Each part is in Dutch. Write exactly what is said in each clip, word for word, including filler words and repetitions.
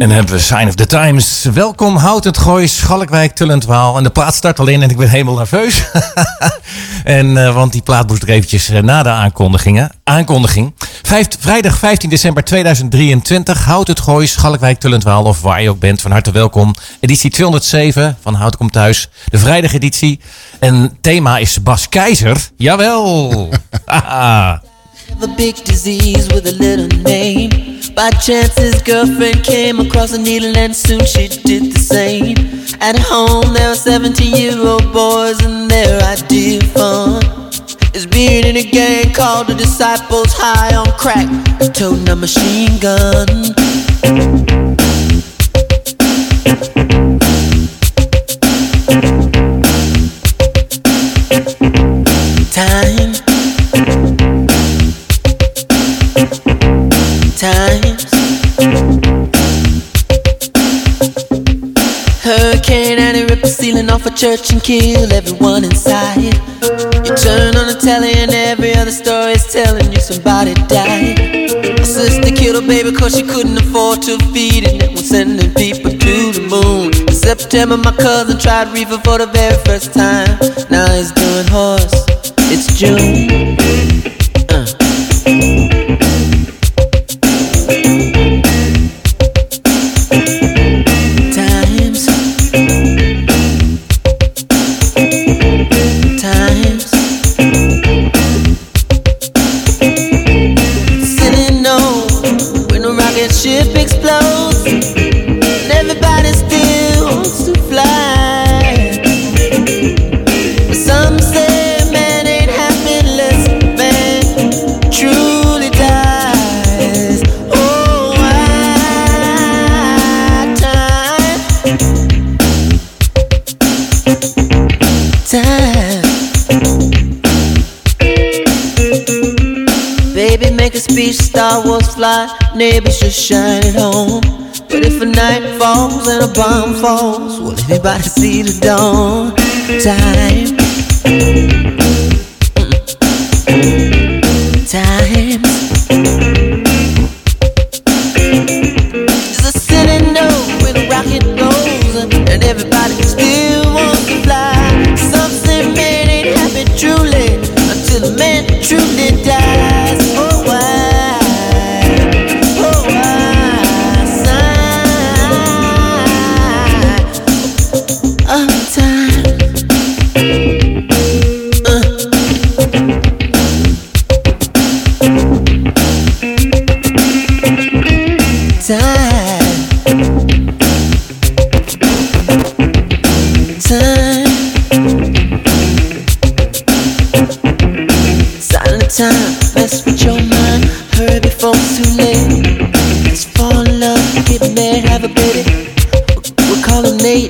En dan hebben we Sign of the Times. Welkom, Hout het Gooi, Schalkwijk, Tullentwaal. En de plaat start al in en ik ben helemaal nerveus. en, uh, want die plaat moest er eventjes uh, na de aankondigingen. Aankondiging. Vijf, vrijdag vijftien december tweeduizend drieëntwintig. Hout het Gooi, Schalkwijk, Tullentwaal of waar je ook bent. Van harte welkom. Editie tweehonderdzeven van Hout komt thuis. De vrijdageditie. En thema is Bas Keizer. Jawel. Haha. A big disease with a little name. By chance his girlfriend came across a needle and soon she did the same. At home there were seventeen year old boys and their idea of fun is being in a gang called the Disciples, high on crack and toting a machine gun. Time Times. Hurricane and it ripped the ceiling off a church and killed everyone inside. You turn on the telly and every other story is telling you somebody died. A sister killed her baby cause she couldn't afford to feed it and was sending people to the moon. In September my cousin tried reefer for the very first time. Now he's doing horse. It's June. uh. Ship explodes and everybody still wants to fly. But some say man ain't happy unless man truly dies. Oh, why time, time. Baby, make a speech, Star Wars fly. Neighbors should shine at home. But if a night falls and a bomb falls, will anybody see the dawn? Time. Time. There's a city note where the rocket goes and everybody still wants to fly. Some say man ain't happy truly until the man truly dies. Oh, why? Time, mess with your mind. Hurry before it's too late. Let's fall in love, get married, have a baby. We'll call him Nate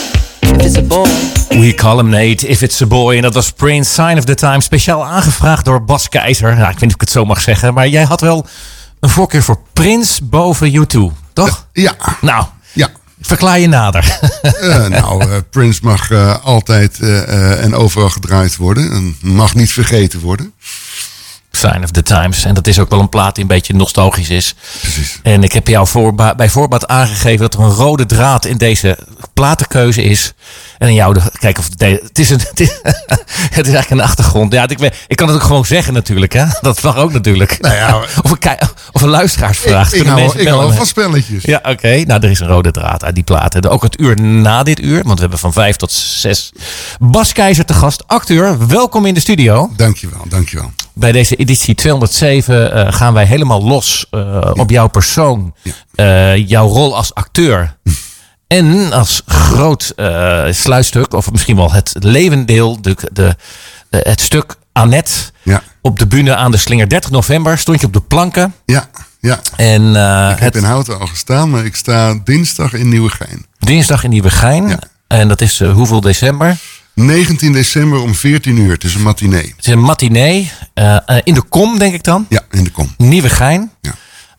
if it's a boy. We call him Nate if it's a boy. En dat was Prince, Sign of the Times. Speciaal aangevraagd door Bas Keizer. Nou, ik weet niet of ik het zo mag zeggen. Maar jij had wel een voorkeur voor Prince boven U twee, toch? Uh, ja. Nou, ja. Verklaar je nader. uh, nou, uh, Prince mag uh, altijd uh, uh, en overal gedraaid worden. En mag niet vergeten worden. Sign of the Times. En dat is ook wel een plaat die een beetje nostalgisch is. Precies. En ik heb jou voorba- bij voorbaat aangegeven dat er een rode draad in deze platenkeuze is. En in jou, de, kijk of het, het is een, het is, het is eigenlijk een achtergrond. Ja, ik, ik kan het ook gewoon zeggen natuurlijk, hè. Dat mag ook natuurlijk. Nou ja, of, een, of een luisteraarsvraag. Ik, ik hou, ik hou van spelletjes. Ja, oké. Okay. Nou, er is een rode draad uit die platen. Ook het uur na dit uur, want we hebben van vijf tot zes Bas Keizer te gast, acteur. Welkom in de studio. Dankjewel, dankjewel. Bij deze editie tweehonderdzeven uh, gaan wij helemaal los uh, ja. op jouw persoon. Ja. Uh, jouw rol als acteur. Hm. En als groot uh, sluitstuk, of misschien wel het levendeel, de, de, de, het stuk Annette. Ja. Op de bühne aan de Slinger. dertig november stond je op de planken. Ja, ja. En, uh, ik heb het... in Houten al gestaan, maar ik sta dinsdag in Nieuwegein. Dinsdag in Nieuwegein. Ja. En dat is uh, hoeveel december? negentien december om veertien uur. Het is een matinee. Het is een matinee. Uh, uh, in de Kom, denk ik dan? Ja, in de Kom. Nieuwegein. Ja.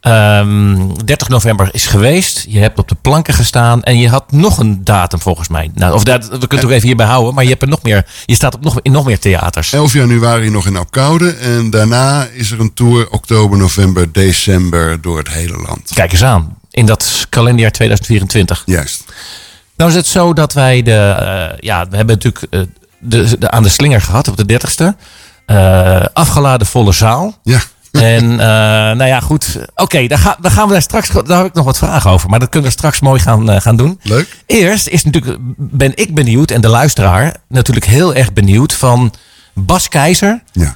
Um, dertig november is geweest. Je hebt op de planken gestaan. En je had nog een datum volgens mij. Nou, of dat, we kunnen het ook even hierbij houden. Maar je, hebt er nog meer, je staat op nog, in nog meer theaters. elf januari nog in Apkoude. En daarna is er een tour oktober, november, december door het hele land. Kijk eens aan. in dat kalenderjaar tweeduizend vierentwintig. Juist. Nou is het zo dat wij de... Uh, ja, we hebben natuurlijk uh, de, de, aan de slinger gehad op de dertigste. Uh, afgeladen volle zaal. Ja. En uh, nou ja, goed. Oké, okay, daar, ga, daar gaan we daar straks... Daar heb ik nog wat vragen over. Maar dat kunnen we straks mooi gaan, uh, gaan doen. Leuk. Eerst is natuurlijk, ben ik benieuwd en de luisteraar natuurlijk heel erg benieuwd van Bas Keizer. Ja.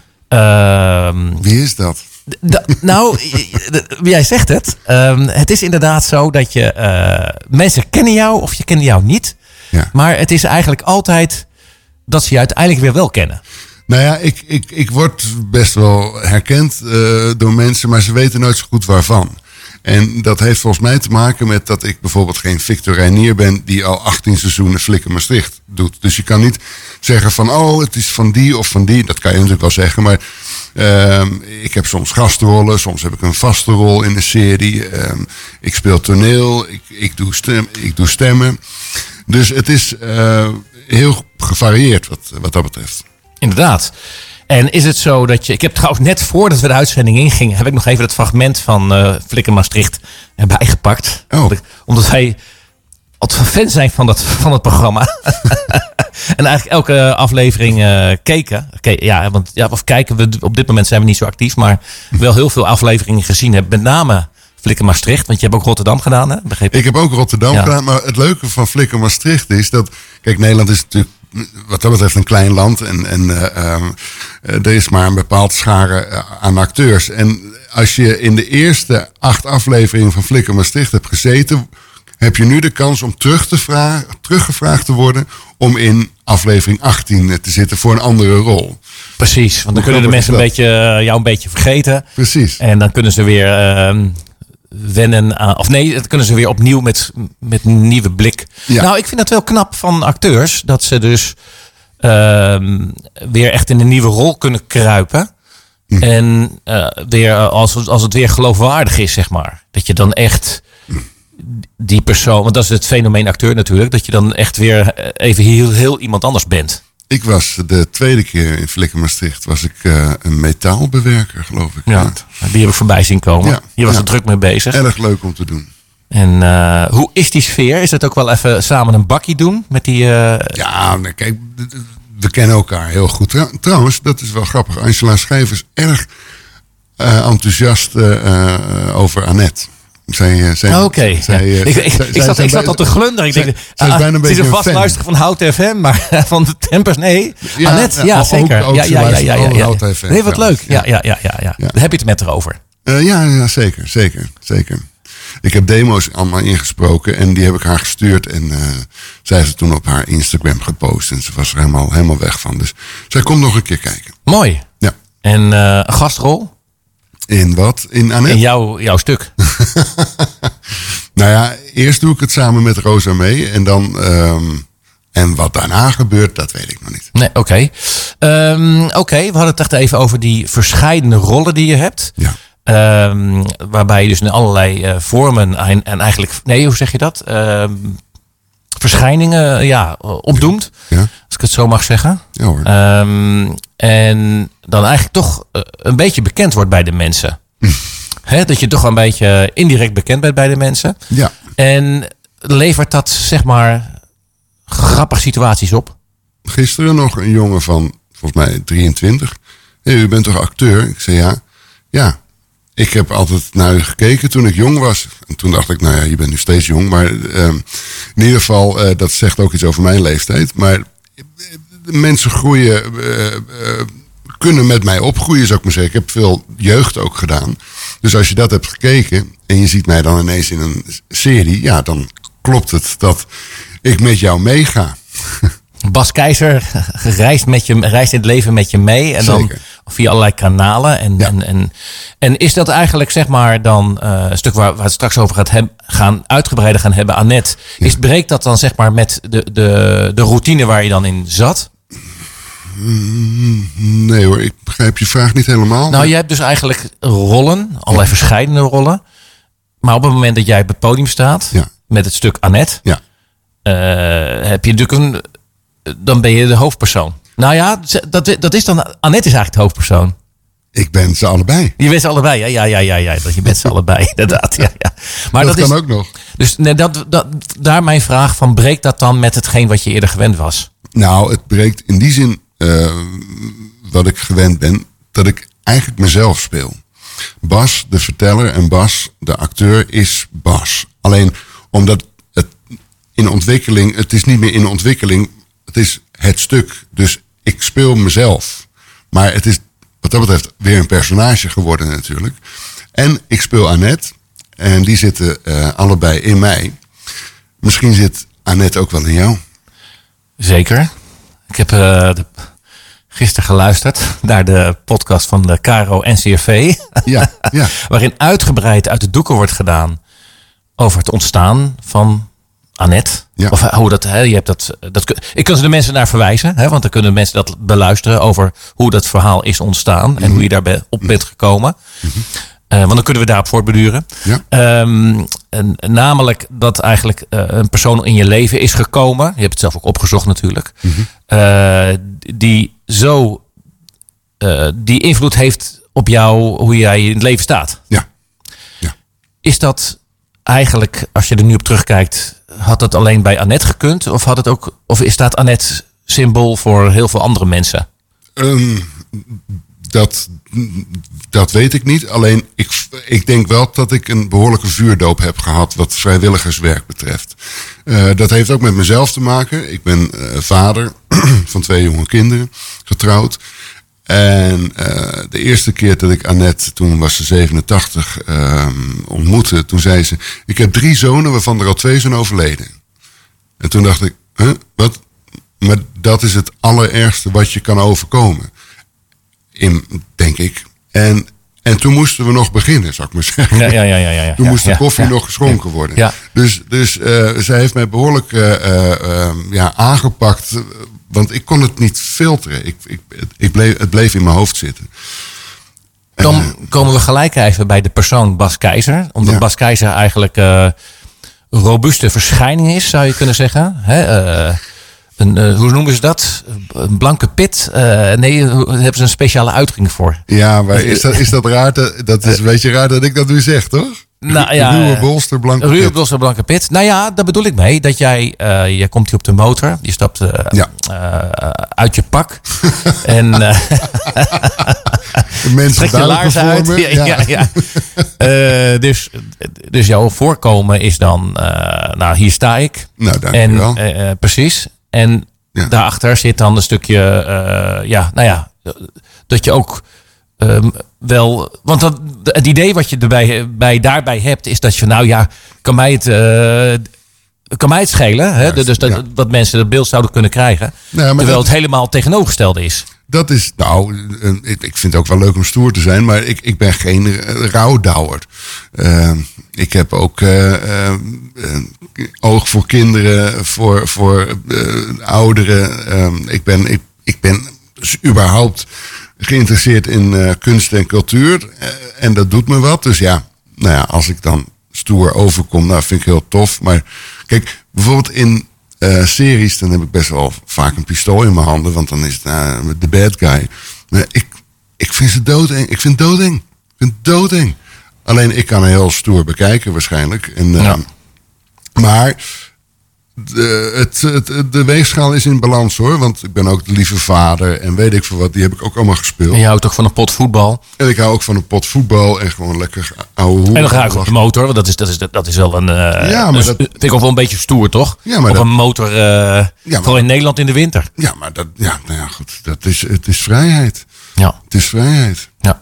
Uh, Wie is dat? D- nou, jij zegt het. Um, het is inderdaad zo dat je... Uh, mensen kennen jou of je kennen jou niet. Ja. Maar het is eigenlijk altijd dat ze je uiteindelijk weer wel kennen. Nou ja, ik, ik, ik word best wel herkend uh, door mensen, maar ze weten nooit zo goed waarvan. En dat heeft volgens mij te maken met dat ik bijvoorbeeld geen Victor Reinier ben die al achttien seizoenen Flikker Maastricht doet. Dus je kan niet zeggen van, oh, het is van die of van die. Dat kan je natuurlijk wel zeggen, maar uh, ik heb soms gastrollen, soms heb ik een vaste rol in een serie. Uh, ik speel toneel, ik, ik, doe stem, ik doe stemmen. Dus het is uh, heel gevarieerd wat, wat dat betreft. Inderdaad. En is het zo dat je... Ik heb trouwens net voordat we de uitzending ingingen... heb ik nog even het fragment van uh, Flikker Maastricht erbij gepakt. Oh. Omdat, ik, omdat wij altijd fan zijn van, dat, van het programma. En eigenlijk elke aflevering uh, keken. Okay, ja, want, ja, of kijken we... Op dit moment zijn we niet zo actief... maar wel heel veel afleveringen gezien hebben. Met name Flikker Maastricht. Want je hebt ook Rotterdam gedaan, hè? Begreep ik? Ik heb ook Rotterdam ja. gedaan. Maar het leuke van Flikker Maastricht is dat... Kijk, Nederland is natuurlijk... wat dat betreft een klein land. En, en uh, uh, er is maar een bepaald schare uh, aan acteurs. En als je in de eerste acht afleveringen van Flikker Maastricht hebt gezeten... heb je nu de kans om terug te vragen, teruggevraagd te worden... om in aflevering achttien te zitten voor een andere rol. Precies, want dan kunnen de mensen een beetje, uh, jou een beetje vergeten. Precies. En dan kunnen ze weer... Uh, wennen aan, of nee, dat kunnen ze weer opnieuw met, met een nieuwe blik. Ja. Nou, ik vind dat wel knap van acteurs. Dat ze dus uh, weer echt in een nieuwe rol kunnen kruipen. Hm. En uh, weer als, als het weer geloofwaardig is, zeg maar. Dat je dan echt die persoon... Want dat is het fenomeen acteur natuurlijk. Dat je dan echt weer even heel, heel iemand anders bent. Ik was de tweede keer in Flikker Maastricht was ik uh, een metaalbewerker, geloof ik. Ja, die heb ik voorbij zien komen. Ja, Je was ja. er druk mee bezig. Erg leuk om te doen. En uh, hoe is die sfeer? Is het ook wel even samen een bakkie doen met die... Uh... Ja, kijk, we kennen elkaar heel goed. Trouwens, dat is wel grappig. Angela Schijver is erg uh, enthousiast uh, over Annette. Zij, zij, Oké. Okay. Zij, ja. ik, ik, zij, ik, zat, ik zat al te glunderen. Ik zij, denk, zij is ah, bijna een het is een beetje vast een luisteren van Hout F M, maar van de Tempers, nee. Ja, Annette, ja, ja zeker. Ook, ook ja, ja, ja, ja, ja, ja. Hout F M, nee, wat leuk. Ja, ja, ja, ja, ja, ja. ja. Daar heb je het met erover. Uh, ja, ja, zeker, zeker, zeker. Ik heb demo's allemaal ingesproken en die heb ik haar gestuurd. En uh, zij heeft het toen op haar Instagram gepost. En ze was er helemaal, helemaal weg van. Dus zij komt nog een keer kijken. Mooi. Ja. En uh, een gastrol? In wat? In Annette? In jouw, jouw stuk. Nou ja, eerst doe ik het samen met Rosa mee. En dan... Um, en wat daarna gebeurt, dat weet ik nog niet. Nee, oké. Okay. Um, oké, okay, we hadden het echt even over die verscheidene rollen die je hebt. Ja. Um, waarbij je dus in allerlei uh, vormen en, en eigenlijk... Nee, hoe zeg je dat? Um, verschijningen ja, opdoemt. Ja. Als ik het zo mag zeggen. Ja hoor. Um, en dan eigenlijk toch uh, een beetje bekend wordt bij de mensen. He, dat je toch een beetje indirect bekend bent bij de mensen. Ja. En levert dat zeg maar grappige situaties op? Gisteren nog een jongen van volgens mij drieëntwintig. Hey, u bent toch acteur? Ik zei ja. Ja. Ik heb altijd naar u gekeken toen ik jong was. En toen dacht ik, nou ja, je bent nu steeds jong. Maar uh, in ieder geval, uh, dat zegt ook iets over mijn leeftijd. Maar de mensen groeien, uh, uh, kunnen met mij opgroeien, zou ik maar zeggen. Ik heb veel jeugd ook gedaan. Dus als je dat hebt gekeken en je ziet mij dan ineens in een serie, ja, dan klopt het dat ik met jou meega. Bas Keizer reist, met je, reist in het leven met je mee. En Zeker. Dan via allerlei kanalen. En, ja. en, en, en is dat eigenlijk zeg maar dan uh, een stuk waar, waar het straks over gaat heb, gaan uitgebreider gaan hebben, Annette. Ja. Is, breekt dat dan zeg maar met de, de, de routine waar je dan in zat? Nee hoor, ik begrijp je vraag niet helemaal. Nou, maar... je hebt dus eigenlijk rollen, allerlei ja. verschillende rollen. Maar op het moment dat jij op het podium staat, ja. met het stuk Annette, ja. uh, heb je natuurlijk een, dan ben je de hoofdpersoon. Nou ja, dat, dat is dan, Annette is eigenlijk de hoofdpersoon. Ik ben ze allebei. Je bent ze allebei, ja, ja, ja, ja, ja. Je bent ze allebei, inderdaad. Ja, ja. Maar dat, dat kan is, ook nog. Dus nee, dat, dat, daar mijn vraag van, breekt dat dan met hetgeen wat je eerder gewend was? Nou, het breekt in die zin uh, wat ik gewend ben, dat ik eigenlijk mezelf speel. Bas, de verteller, en Bas, de acteur, is Bas. Alleen omdat het in ontwikkeling, het is niet meer in ontwikkeling, het is het stuk. Dus ik speel mezelf. Maar het is wat dat betreft weer een personage geworden natuurlijk. En ik speel Annette. En die zitten uh, allebei in mij. Misschien zit Annette ook wel in jou. Zeker. Ik heb uh, de, gisteren geluisterd naar de podcast van de K R O N C R V. Ja, ja. Waarin uitgebreid uit de doeken wordt gedaan over het ontstaan van Annette. Ja. Of hoe dat, hè, je hebt dat, dat. Ik kan ze de mensen naar verwijzen, hè, want dan kunnen mensen dat beluisteren over hoe dat verhaal is ontstaan mm-hmm. en hoe je daar op bent gekomen. Mm-hmm. Uh, want dan kunnen we daarop voortbeduren. Ja. Um, en, namelijk dat eigenlijk uh, een persoon in je leven is gekomen. Je hebt het zelf ook opgezocht natuurlijk. Mm-hmm. Uh, die zo uh, die invloed heeft op jou, hoe jij in het leven staat. Ja. Ja. Is dat eigenlijk, als je er nu op terugkijkt, had dat alleen bij Annette gekund? Of, had het ook, of is dat Annette symbool voor heel veel andere mensen? Um, dat, dat weet ik niet. Alleen ik, ik denk wel dat ik een behoorlijke vuurdoop heb gehad wat vrijwilligerswerk betreft. Uh, dat heeft ook met mezelf te maken. Ik ben uh, vader van twee jonge kinderen, getrouwd. En uh, de eerste keer dat ik Annette, toen was ze zevenentachtig, uh, ontmoette, toen zei ze, ik heb drie zonen waarvan er al twee zijn overleden. En toen dacht ik, huh, wat? Maar dat is het allerergste wat je kan overkomen. In, denk ik. En, en toen moesten we nog beginnen, zou ik maar zeggen. Ja, ja, ja, ja, ja, toen ja, moest de ja, koffie ja, nog geschonken ja, worden. Ja. Dus, dus uh, zij heeft mij behoorlijk uh, uh, ja, aangepakt. Uh, want ik kon het niet filteren. Ik, ik, ik bleef, het bleef in mijn hoofd zitten. Dan uh, komen we gelijk even bij de persoon Bas Keizer. Omdat ja. Bas Keizer eigenlijk uh, een robuuste verschijning is, zou je kunnen zeggen. Hè? Uh, Een, uh, hoe noemen ze dat? Een blanke pit? Uh, nee, daar hebben ze een speciale uitdrukking voor. Ja, maar is dat, is dat raar? Te, dat is een beetje raar dat ik dat nu zeg, toch? Nou, ja, ruwe bolster, blanke ruwe pit. bolster, blanke pit. Nou ja, daar bedoel ik mee. Dat jij, uh, je komt hier op de motor. Je stapt uh, ja. uh, uit je pak. en uh, trek je laars uit. Ja, ja. Ja, ja. uh, dus, dus jouw voorkomen is dan, uh, nou hier sta ik. Nou, dank en, je wel. Uh, precies. En ja. daarachter zit dan een stukje, uh, ja, nou ja, dat je ook um, wel, want dat, het idee wat je erbij bij, daarbij hebt, is dat je, nou ja, kan mij het, uh, kan mij het schelen, hè? Juist, Dus dat, ja. dat mensen dat beeld zouden kunnen krijgen, nou, maar terwijl dat, het helemaal tegenovergestelde is. Dat is, nou, ik, ik vind het ook wel leuk om stoer te zijn, maar ik, ik ben geen rouwdouwer. Uh, ik heb ook uh, uh, oog voor kinderen, voor, voor uh, ouderen. Uh, ik, ben, ik, ik ben dus überhaupt geïnteresseerd in uh, kunst en cultuur. Uh, en dat doet me wat. Dus ja, nou ja, als ik dan stoer overkom, nou vind ik heel tof. Maar kijk, bijvoorbeeld in Uh, series, dan heb ik best wel vaak een pistool in mijn handen, want dan is het uh, de bad guy. Maar ik, ik vind ze doodeng. Ik vind het doodeng. Ik vind het doodeng. Alleen ik kan heel stoer bekijken waarschijnlijk. En, uh, ja. Maar de, het, het, de weegschaal is in balans hoor. Want ik ben ook de lieve vader en weet ik veel wat. Die heb ik ook allemaal gespeeld. En je houdt ook van een pot voetbal. En ik hou ook van een pot voetbal en gewoon lekker ouwe hoer. En dan ga ik op de motor, want dat is, dat is, dat is wel een... Uh, ja, maar dus, dat vind ik ook wel een beetje stoer, toch? Ja, maar op dat, een motor, uh, ja, vooral in Nederland in de winter. Ja, maar dat, ja, nou ja, goed. Dat is, het is vrijheid. Ja. Het is vrijheid. Ja.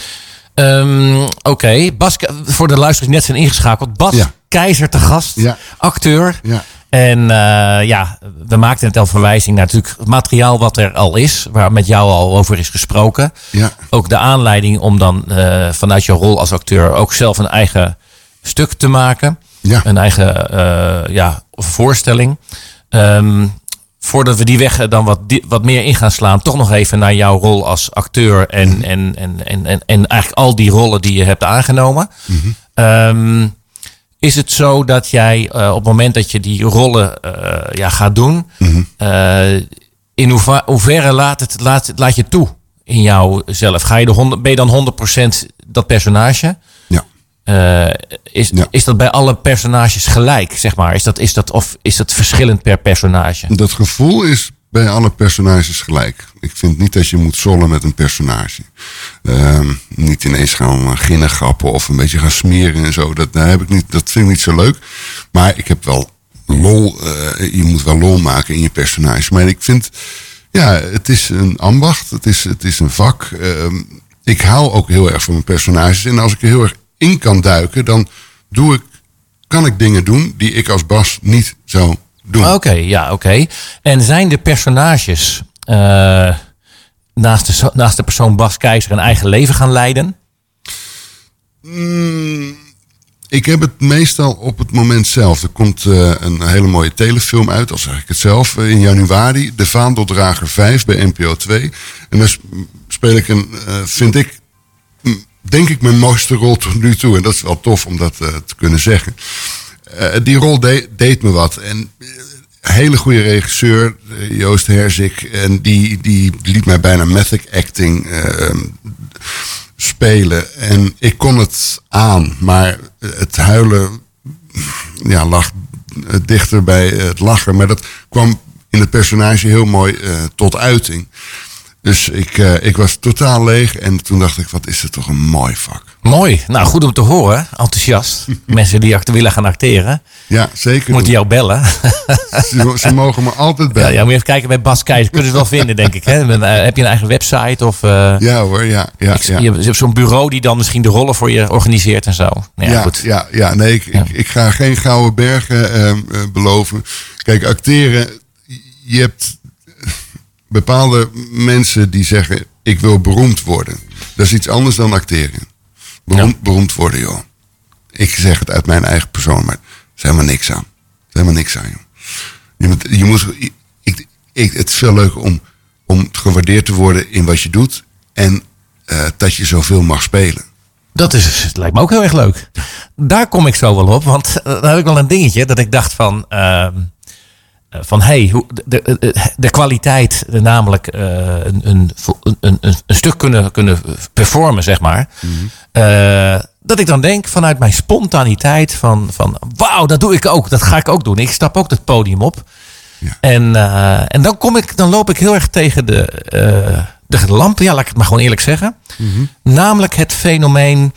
Um, Oké, okay. Bas, voor de luisteraars die net zijn ingeschakeld. Bas ja. Keizer te gast, ja. acteur. Ja. En uh, ja, we maakten net al verwijzing naar natuurlijk het materiaal wat er al is. Waar met jou al over is gesproken. Ja. Ook de aanleiding om dan uh, vanuit jouw rol als acteur ook zelf een eigen stuk te maken. Ja. Een eigen uh, ja, voorstelling. Um, voordat we die weg dan wat, die, wat meer in gaan slaan. Toch nog even naar jouw rol als acteur. En, mm-hmm. en, en, en, en, en eigenlijk al die rollen die je hebt aangenomen. Mm-hmm. Um, Is het zo dat jij uh, op het moment dat je die rollen uh, ja, gaat doen, mm-hmm. uh, in hoeva- hoeverre laat, het, laat, laat je toe in jouzelf? Ga je de honderd, ben je dan honderd procent dat personage? Ja. Uh, is, Ja. is dat bij alle personages gelijk, zeg maar? Is dat, is dat, of is dat verschillend per personage? Dat gevoel is bij alle personages gelijk. Ik vind niet dat je moet zollen met een personage. Um, niet ineens gaan ginnen grappen of een beetje gaan smeren en zo. Dat, daar heb ik niet, dat vind ik niet zo leuk. Maar ik heb wel lol. Uh, je moet wel lol maken in je personage. Maar ik vind, ja, het is een ambacht. Het is, het is een vak. Um, ik hou ook heel erg van mijn personages. En als ik er heel erg in kan duiken, dan doe ik, kan ik dingen doen die ik als Bas niet zou doen. Oké, okay, ja, oké. Okay. En zijn de personages uh, naast, de, naast de persoon Bas Keijzer een eigen leven gaan leiden? Mm, ik heb het meestal op het moment zelf. Er komt uh, een hele mooie telefilm uit, al zeg ik het zelf, uh, in januari. De Vaandeldrager vijf bij N P O twee. En dan speel ik een, uh, vind ik, denk ik mijn mooiste rol tot nu toe. En dat is wel tof om dat uh, te kunnen zeggen. Uh, die rol de- deed me wat. En uh, hele goede regisseur, uh, Joost Herzik. En die, die liet mij bijna method acting uh, spelen. En ik kon het aan. Maar het huilen ja, lag uh, dichter bij het lachen. Maar dat kwam in het personage heel mooi uh, tot uiting. Dus ik, uh, ik was totaal leeg. En toen dacht ik, wat is het toch een mooi vak. Mooi. Nou, goed om te horen. Enthousiast. Mensen die achter willen gaan acteren. Ja, zeker. Moeten jou bellen. Ze, ze mogen me altijd bellen. Ja, ja, moet je even kijken bij Bas Keijzer. Kunnen ze wel vinden, denk ik. Hè? Heb je een eigen website? Of, uh, ja hoor, ja. ja, ik, ja. Je hebt zo'n bureau die dan misschien de rollen voor je organiseert en zo. Nou, ja, ja, goed. ja, ja, nee, ik, Ja. ik, ik ga geen gouden bergen uh, uh, beloven. Kijk, acteren, je hebt bepaalde mensen die zeggen, ik wil beroemd worden. Dat is iets anders dan acteren. Beroemd, Ja. beroemd worden, joh. Ik zeg het uit mijn eigen persoon, maar er is helemaal niks aan. Er is helemaal niks aan, joh. Je moet, je moet, ik, ik, het is veel leuker om, om gewaardeerd te worden in wat je doet. En uh, dat je zoveel mag spelen. Dat is, het lijkt me ook heel erg leuk. Daar kom ik zo wel op. Want uh, dan heb ik wel een dingetje dat ik dacht van... Uh, van hey, hoe, de, de, de kwaliteit, namelijk uh, een, een, een, een, een stuk kunnen, kunnen performen, zeg maar. Mm-hmm. Uh, dat ik dan denk vanuit mijn spontaniteit van, van wauw, dat doe ik ook. Dat ga ik ook doen. Ik stap ook het podium op. Ja. En, uh, en dan, kom ik, dan loop ik heel erg tegen de, uh, de lampen. Ja, laat ik het maar gewoon eerlijk zeggen. Mm-hmm. Namelijk het fenomeen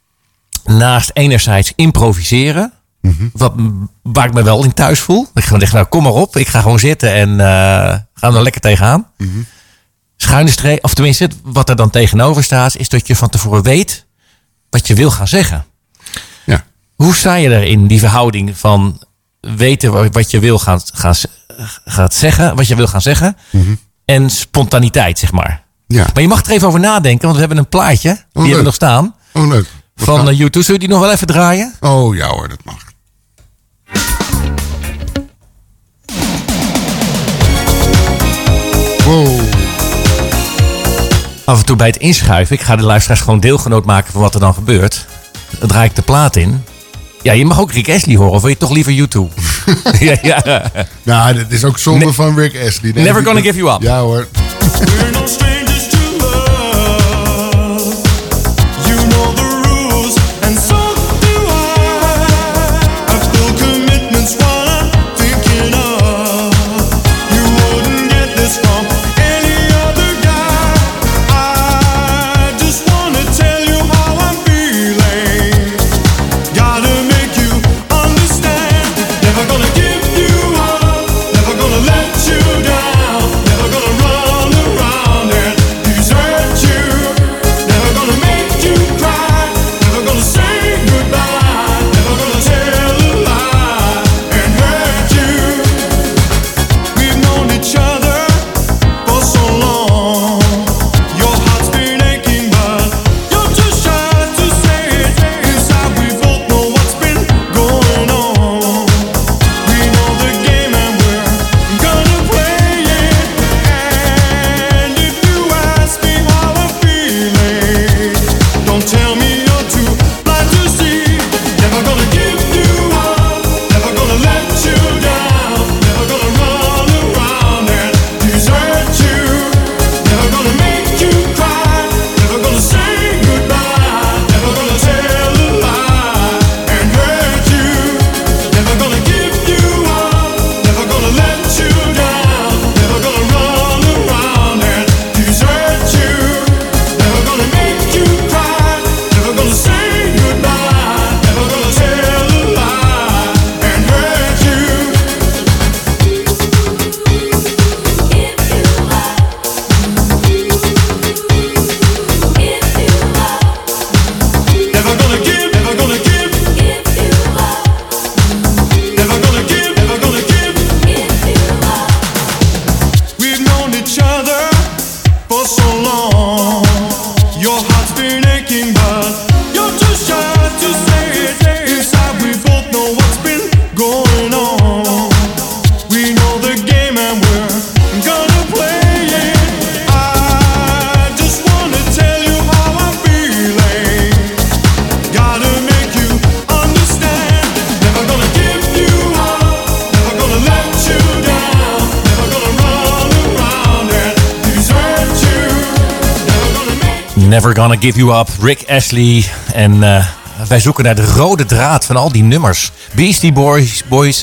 naast enerzijds improviseren. Mm-hmm. Wat, waar ik me wel in thuis voel. Ik ga zeggen, nou kom maar op. Ik ga gewoon zitten en uh, ga er lekker tegenaan. Mm-hmm. Schuine streep, of tenminste wat er dan tegenover staat, is dat je van tevoren weet wat je wil gaan zeggen. Ja. Hoe sta je er in die verhouding van weten wat je wil gaan, gaan, gaan zeggen, wat je wil gaan zeggen, mm-hmm. en spontaniteit, zeg maar. Ja. Maar je mag er even over nadenken, want we hebben een plaatje, die oh, hebben we nog staan. Oh, leuk. Wat van uh, YouTube. Zullen we die nog wel even draaien? Oh ja hoor, dat mag. Wow. Af en toe bij het inschuiven. Ik ga de luisteraars gewoon deelgenoot maken van wat er dan gebeurt. Dan draai ik de plaat in. Ja, je mag ook Rick Astley horen. Of wil je toch liever YouTube? ja, ja. Nou, dit is ook zonde ne- van Rick Astley. Never gonna dat... give you up. Ja hoor. Never gonna let you down, never gonna run around and Never Gonna Give You Up, Rick Astley. En uh, wij zoeken naar de rode draad van al die nummers. Beastie Boys, Boys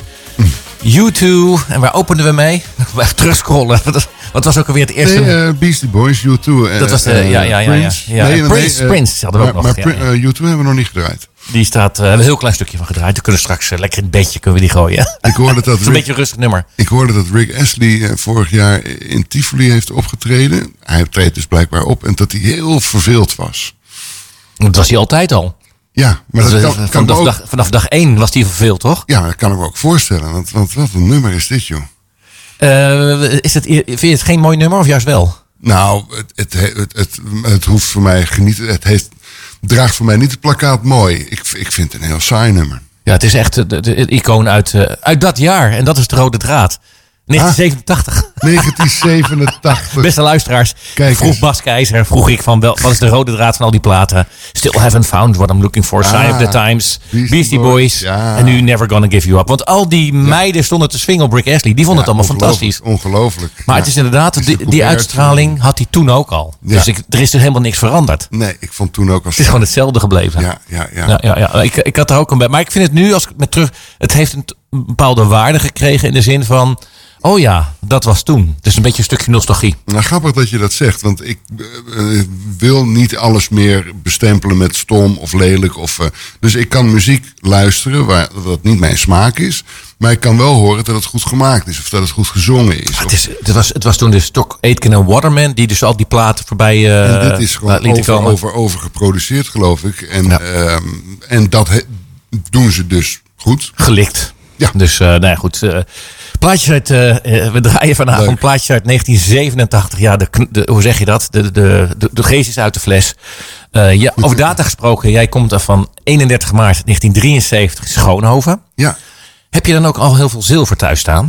U twee. En waar openden we mee? Even terugscrollen. Wat was ook alweer het eerste? Nee, uh, Beastie Boys, U twee. Uh, dat was de, uh, ja, ja, ja. Prince. ja. ja. Nee, Prince, nee, uh, Prince hadden we ook maar, nog. Maar ja, ja. Uh, U twee hebben we nog niet gedraaid. Die staat, uh, we hebben een heel klein stukje van gedraaid. We kunnen straks uh, lekker in het bedje kunnen we die gooien. Ik hoorde dat het is Rick, een beetje een rustig nummer. Ik hoorde dat Rick Astley uh, vorig jaar in Tivoli heeft opgetreden. Hij treedt dus blijkbaar op. En dat hij heel verveeld was. Dat was hij altijd al. Ja, maar dat, dat kan, kan vanaf, ook, dag, vanaf dag één was hij verveeld, toch? Ja, dat kan ik me ook voorstellen. Want, want wat een nummer is dit, joh. Uh, is het, vind je het geen mooi nummer of juist wel? Nou, het, het, het, het, het hoeft voor mij genieten. Het heeft, draagt voor mij niet het plakkaat mooi. Ik, ik vind het een heel saai nummer. Ja, het is echt de, de, de icoon uit, uh, uit dat jaar. En dat is de rode draad. negentien zevenentachtig. Ah, negentien zevenentachtig. Beste luisteraars, Kijk vroeg eens. Bas Keizer, vroeg ik van wel, wat is de rode draad van al die platen? Still haven't found what I'm looking for. Ah, Sign of the Times, Beastie Beastie Boys, Boys. ja. En nu Never Gonna Give You Up. Want al die meiden stonden te swingen op Rick Astley. Die vonden Ja, het allemaal ongelooflijk, fantastisch. Ongelooflijk. Maar Ja. het is inderdaad, Het is die, een die Colbert. uitstraling had hij toen ook al. Ja. Dus ik, er is dus helemaal niks veranderd. Nee, ik vond toen ook als... Het is gewoon hetzelfde gebleven. Ja, ja, ja. Ja, ja, ja. Ik, ik had er ook een bij. Maar ik vind het nu, als ik met terug. Het heeft een, t- een bepaalde waarde gekregen in de zin van. Oh ja, dat was toen. Dus een beetje een stukje nostalgie. Nou, grappig dat je dat zegt. Want ik uh, wil niet alles meer bestempelen met stom of lelijk. Of, uh, dus ik kan muziek luisteren waar dat niet mijn smaak is. Maar ik kan wel horen dat het goed gemaakt is. Of dat het goed gezongen is. Maar Of, het, is het, was, het was toen dus Doc Aitken en Waterman. Die dus al die platen voorbij uh, en dit is gewoon lieten over, komen. over, over geproduceerd, geloof ik. En, Ja. um, en dat he, doen ze dus goed. Gelikt. Ja. Dus uh, nou ja, goed. Uh, plaatjes uit, uh, uh, we draaien vanavond Leuk. plaatjes uit negentien zevenentachtig. Ja, de, kn- de, hoe zeg je dat? De, de, de, de geest is uit de fles. Uh, ja, over data gesproken. Jij komt er van eenendertig maart negentien drieënzeventig Schoonhoven. Ja. Heb je dan ook al heel veel zilver thuis staan?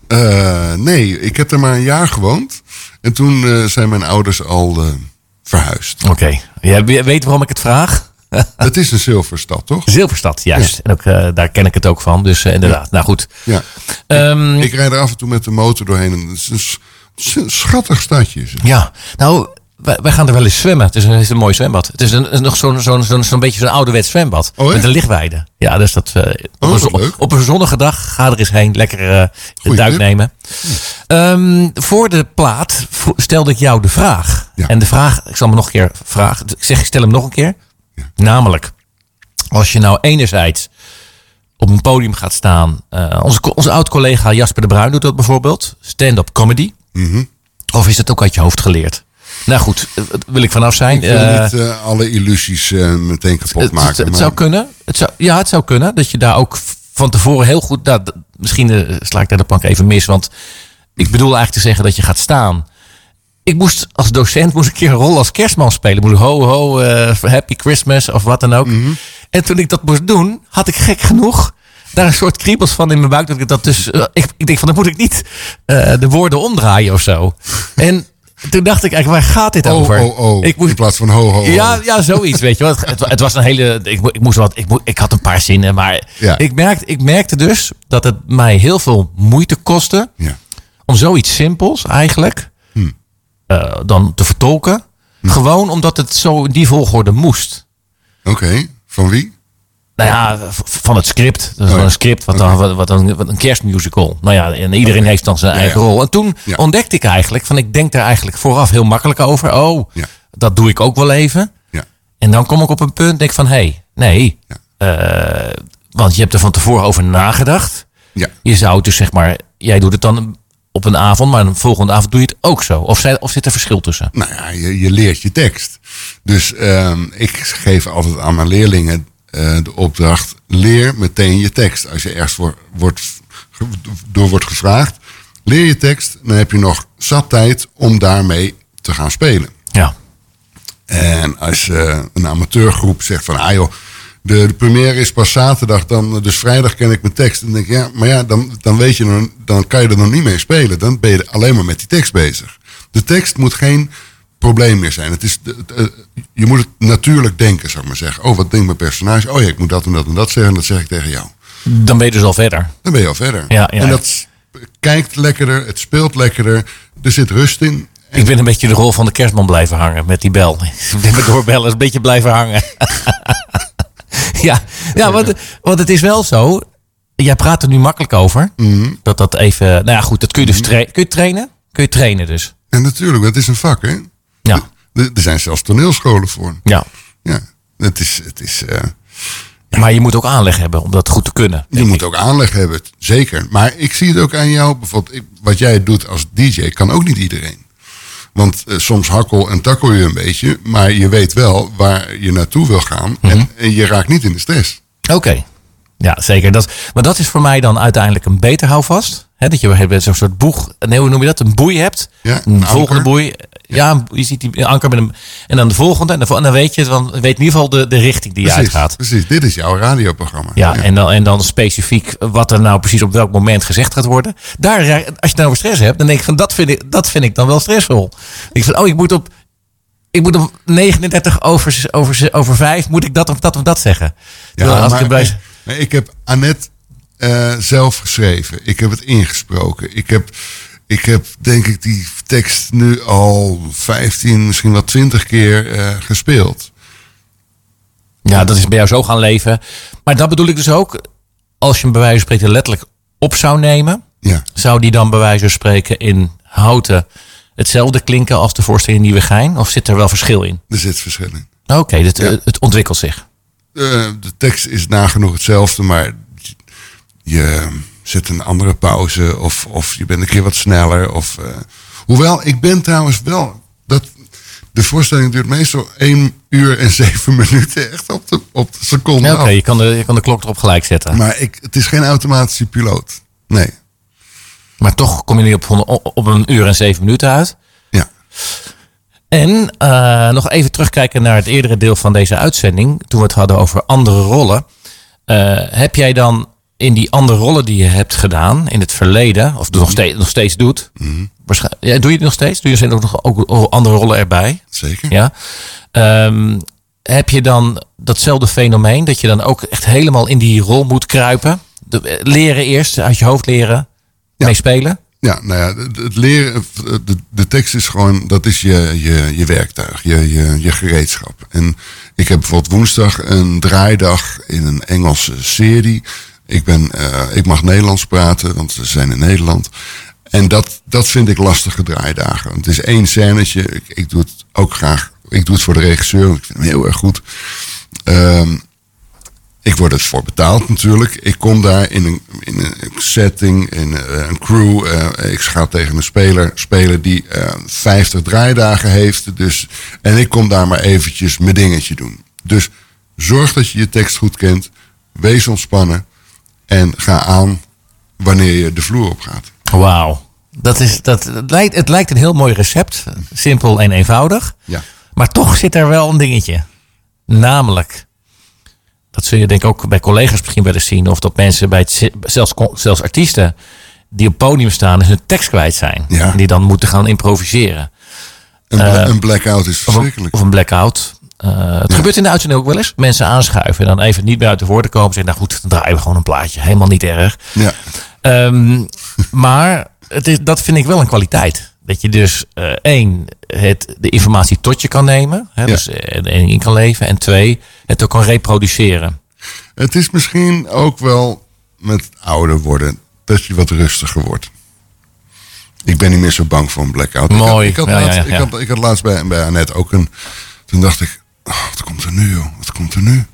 Uh, nee, ik heb er maar een jaar gewoond. En toen uh, zijn mijn ouders al uh, verhuisd. Oké. Okay. Jij weet waarom ik het vraag? Het is een zilverstad, toch? Zilverstad, juist. Ja. En ook, uh, daar ken ik het ook van. Dus uh, inderdaad, ja. Nou goed. Ja. Um, ik, ik rijd er af en toe met de motor doorheen. En het is een, s- het is een schattig stadje. Is het. Ja, nou, wij, wij gaan er wel eens zwemmen. Het is een, het is een mooi zwembad. Het is een, een, nog zo'n zo'n zo'n zo'n beetje zo'n ouderwets zwembad. Oh, echt? Met een lichtweide. Ja, dus dat, uh, op, Oh, een, wat zo- leuk. op een zonnige dag, ga er eens heen. Lekker uh, de Goeie duik tip. nemen. Um, voor de plaat v- stelde ik jou de vraag. Ja. En de vraag, ik zal me nog een keer vragen. Ik zeg, ik stel hem nog een keer. Ja. Namelijk, als je nou enerzijds op een podium gaat staan. Uh, onze, onze oud-collega Jasper de Bruin doet dat bijvoorbeeld. Stand-up comedy. Mm-hmm. Of is dat ook uit je hoofd geleerd? Nou goed, daar wil ik vanaf zijn. Ik wil Uh, niet uh, alle illusies uh, meteen kapot het, maken. het, het maar- zou kunnen. Het zou, ja, het zou kunnen. Dat je daar ook van tevoren heel goed... Nou, d- misschien uh, sla ik daar de plank even mis. Want ik bedoel eigenlijk te zeggen dat je gaat staan. Ik moest als docent moest een keer een rol als kerstman spelen. Moest ho ho, uh, Happy Christmas of wat dan ook. Mm-hmm. En toen ik dat moest doen, had ik gek genoeg daar een soort kriebels van in mijn buik. Dat ik dat dus... Uh, ik, ik denk van, dan moet ik niet uh, de woorden omdraaien of zo. En toen dacht ik eigenlijk, waar gaat dit Oh, over? oh, oh. Ik moest, In plaats van ho, ho, ho. ja, ja, zoiets, weet je wel. Het, het, het was een hele... Ik, mo- ik moest wat... Ik, mo- ik had een paar zinnen, maar Ja. ik, merkte, ik merkte dus dat het mij heel veel moeite kostte Ja. om zoiets simpels eigenlijk Hm. uh, dan te vertolken. Gewoon omdat het zo in die volgorde moest. Oké, okay. Van wie? Nou ja, v- van het script. Dat is Oh, gewoon ja. een script, wat, dan, wat, wat, een, wat een kerstmusical. Nou ja, en iedereen Oké. heeft dan zijn Ja, eigen ja. rol. En toen Ja. ontdekte ik eigenlijk, van ik denk daar eigenlijk vooraf heel makkelijk over. Oh, Ja. dat doe ik ook wel even. Ja. En dan kom ik op een punt, denk van, hé, hey, nee. Uh, want je hebt er van tevoren over nagedacht. Ja. Je zou het dus zeg maar, jij doet het dan op een avond, maar een volgende avond doe je het ook zo. Of, zij, of zit er verschil tussen? Nou ja, je, je leert je tekst. Dus um, ik geef altijd aan mijn leerlingen uh, de opdracht: leer meteen je tekst. Als je ergens voor, wordt, door wordt gevraagd, leer je tekst. Dan heb je nog zat tijd om daarmee te gaan spelen. Ja. En als uh, een amateurgroep zegt van, ah joh, de, de première is pas zaterdag, dan, dus vrijdag ken ik mijn tekst. Dan denk ik, ja, maar ja, dan, dan weet je, nog, dan kan je er nog niet mee spelen. Dan ben je alleen maar met die tekst bezig. De tekst moet geen probleem meer zijn. Het is, de, de, je moet het natuurlijk denken, zou ik maar zeggen. Oh, wat denkt mijn personage? Oh ja, ik moet dat en dat en dat zeggen. En dat zeg ik tegen jou. Dan ben je dus al verder. Dan ben je al verder. Ja, ja, en dat kijkt lekkerder, het speelt lekkerder. Er zit rust in. Ik ben een beetje de rol van de kerstman blijven hangen met die bel. Ik ben met doorbellen een beetje blijven hangen. ja, ja want, want het is wel zo. Jij praat er nu makkelijk over. Mm-hmm. Dat dat even... Nou ja, goed, dat kun je dus tra- kun je trainen. Kun je trainen dus. En natuurlijk, dat is een vak, hè? Ja. Er, er zijn zelfs toneelscholen voor. Ja. Ja, het is... Het is uh, ja. Maar je moet ook aanleg hebben om dat goed te kunnen. Je moet ik. ook aanleg hebben, zeker. Maar ik zie het ook aan jou. Bijvoorbeeld, ik, wat jij doet als D J kan ook niet iedereen. Want uh, soms hakkel en takkel je een beetje. Maar je weet wel waar je naartoe wil gaan. Mm-hmm. En, en je raakt niet in de stress. Oké. Okay. Ja, zeker. Dat, maar dat is voor mij dan uiteindelijk een beter houvast. He, dat je zo'n soort boeg, nee, hoe noem je dat? Een boei hebt. Ja, een, een volgende anker. boei. Ja, ja, je ziet die anker met een. En dan de volgende. En dan, en dan weet je, dan weet in ieder geval de, de richting die precies, je uitgaat. Precies, dit is jouw radioprogramma. Ja, ja. En, dan, en dan specifiek wat er nou precies op welk moment gezegd gaat worden. Daar, als je het nou over stress hebt, dan denk ik van dat vind ik, dat vind ik dan wel stressvol. Dan denk ik van, oh, ik moet op. Ik moet om negenendertig over, over, over vijf, moet ik dat of dat of dat zeggen. Ja, als maar, ik, bij... nee, ik heb Annette uh, zelf geschreven. Ik heb het ingesproken. Ik heb, ik heb denk ik die tekst nu al vijftien, misschien wel twintig keer uh, gespeeld. Ja, dat is bij jou zo gaan leven. Maar dat bedoel ik dus ook. Als je hem bij wijze van spreken letterlijk op zou nemen. Ja. Zou die dan bij wijze van spreken in Houten hetzelfde klinken als de voorstelling in Nieuwegein? Of zit er wel verschil in? Er zit verschil in. Oké, okay, het, ja. het ontwikkelt zich. Uh, de tekst is nagenoeg hetzelfde, maar je zet een andere pauze of, of je bent een keer wat sneller. Of, uh, hoewel, ik ben trouwens wel... Dat, de voorstelling duurt meestal één uur en zeven minuten echt op de, op de seconde. Ja, Oké, okay, je, kan de, je kan de klok erop gelijk zetten. Maar ik, het is geen automatische piloot. Nee. Maar toch kom je nu op, op een uur en zeven minuten uit. Ja. En uh, nog even terugkijken naar het eerdere deel van deze uitzending. Toen we het hadden over andere rollen. Uh, heb jij dan in die andere rollen die je hebt gedaan in het verleden, of mm-hmm. nog, steeds, nog steeds doet. Mm-hmm. Ja, doe je het nog steeds? Doe je nog ook andere rollen erbij? Zeker. Ja. Um, heb je dan datzelfde fenomeen, dat je dan ook echt helemaal in die rol moet kruipen? De, leren eerst, uit je hoofd leren, ja. meespelen? Ja, nou ja, het leren, de, de tekst is gewoon, dat is je, je, je werktuig, je, je, je gereedschap. En ik heb bijvoorbeeld woensdag een draaidag in een Engelse serie. Ik, ben, uh, ik mag Nederlands praten, want we zijn in Nederland. En dat, dat vind ik lastige draaidagen. Het is één scènetje. Ik, ik doe het ook graag. Ik doe het voor de regisseur, want ik vind hem heel erg goed. Um, ik word er voor betaald natuurlijk. Ik kom daar in een, in een setting, in een, een crew. Uh, ik ga tegen een speler spelen die uh, vijftig draaidagen heeft. Dus, en ik kom daar maar eventjes mijn dingetje doen. Dus zorg dat je je tekst goed kent. Wees ontspannen. En ga aan wanneer je de vloer op gaat. Wauw. Dat is, dat, het, lijkt, het lijkt een heel mooi recept. Simpel en eenvoudig. Ja. Maar toch zit er wel een dingetje. Namelijk, dat zul je denk ik ook bij collega's misschien wel eens zien. Of dat mensen, bij het, zelfs, zelfs artiesten die op podium staan en hun tekst kwijt zijn. Ja. En die dan moeten gaan improviseren. Een, bla- Uh, een blackout is verschrikkelijk. Of een, of een blackout. Uh, het ja. gebeurt in de uitzending ook wel eens. Mensen aanschuiven en dan even niet meer uit de woorden komen. En zeggen, nou goed, dan draaien we gewoon een plaatje. Helemaal niet erg. Ja. Um, maar het is, dat vind ik wel een kwaliteit. Dat je dus uh, één, het, de informatie tot je kan nemen. Hè, ja. Dus er in kan leven. En twee, het ook kan reproduceren. Het is misschien ook wel met ouder worden dat je wat rustiger wordt. Ik ben niet meer zo bang voor een blackout. Mooi. Ik had, ik had, ja, laatst, ja, ja. ik had, ik had laatst bij, bij Annette ook een... Toen dacht ik, oh, wat komt er nu joh? Wat komt er nu?